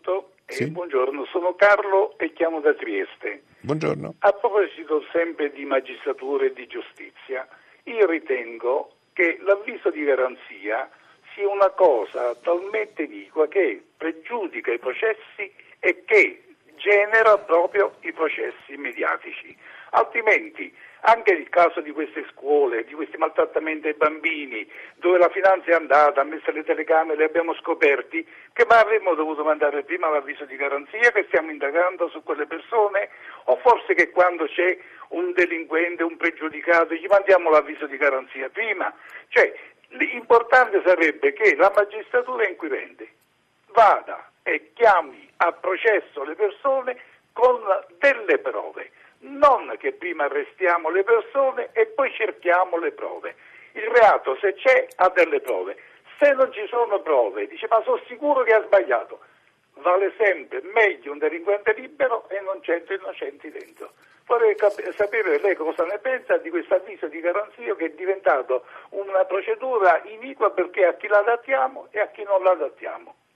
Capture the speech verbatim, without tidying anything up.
Pronto? Sì. Eh, buongiorno, sono Carlo e chiamo da Trieste. Buongiorno. A proposito sempre di magistratura e di giustizia, io ritengo che l'avviso di garanzia sia una cosa talmente iniqua che pregiudica i processi e che genera proprio i processi mediatici. Altrimenti, anche nel caso di queste scuole, di questi maltrattamenti ai bambini, dove la finanza è andata, ha messo le telecamere, le abbiamo scoperti, che ma avremmo dovuto mandare prima l'avviso di garanzia che stiamo indagando su quelle persone, o forse che quando c'è un delinquente, un pregiudicato, gli mandiamo l'avviso di garanzia prima? Cioè, l'importante sarebbe che la magistratura inquirente vada e chiami a processo le persone con delle prove, non che prima arrestiamo le persone e poi cerchiamo le prove. Il reato, se c'è, ha delle prove. Se non ci sono prove, dice ma sono sicuro che ha sbagliato. Vale sempre meglio un delinquente libero e non cento innocenti dentro. Vorrei cap- sapere lei cosa ne pensa di questo avviso di garanzia che è diventato una procedura iniqua perché a chi la adattiamo e a chi non la adattiamo.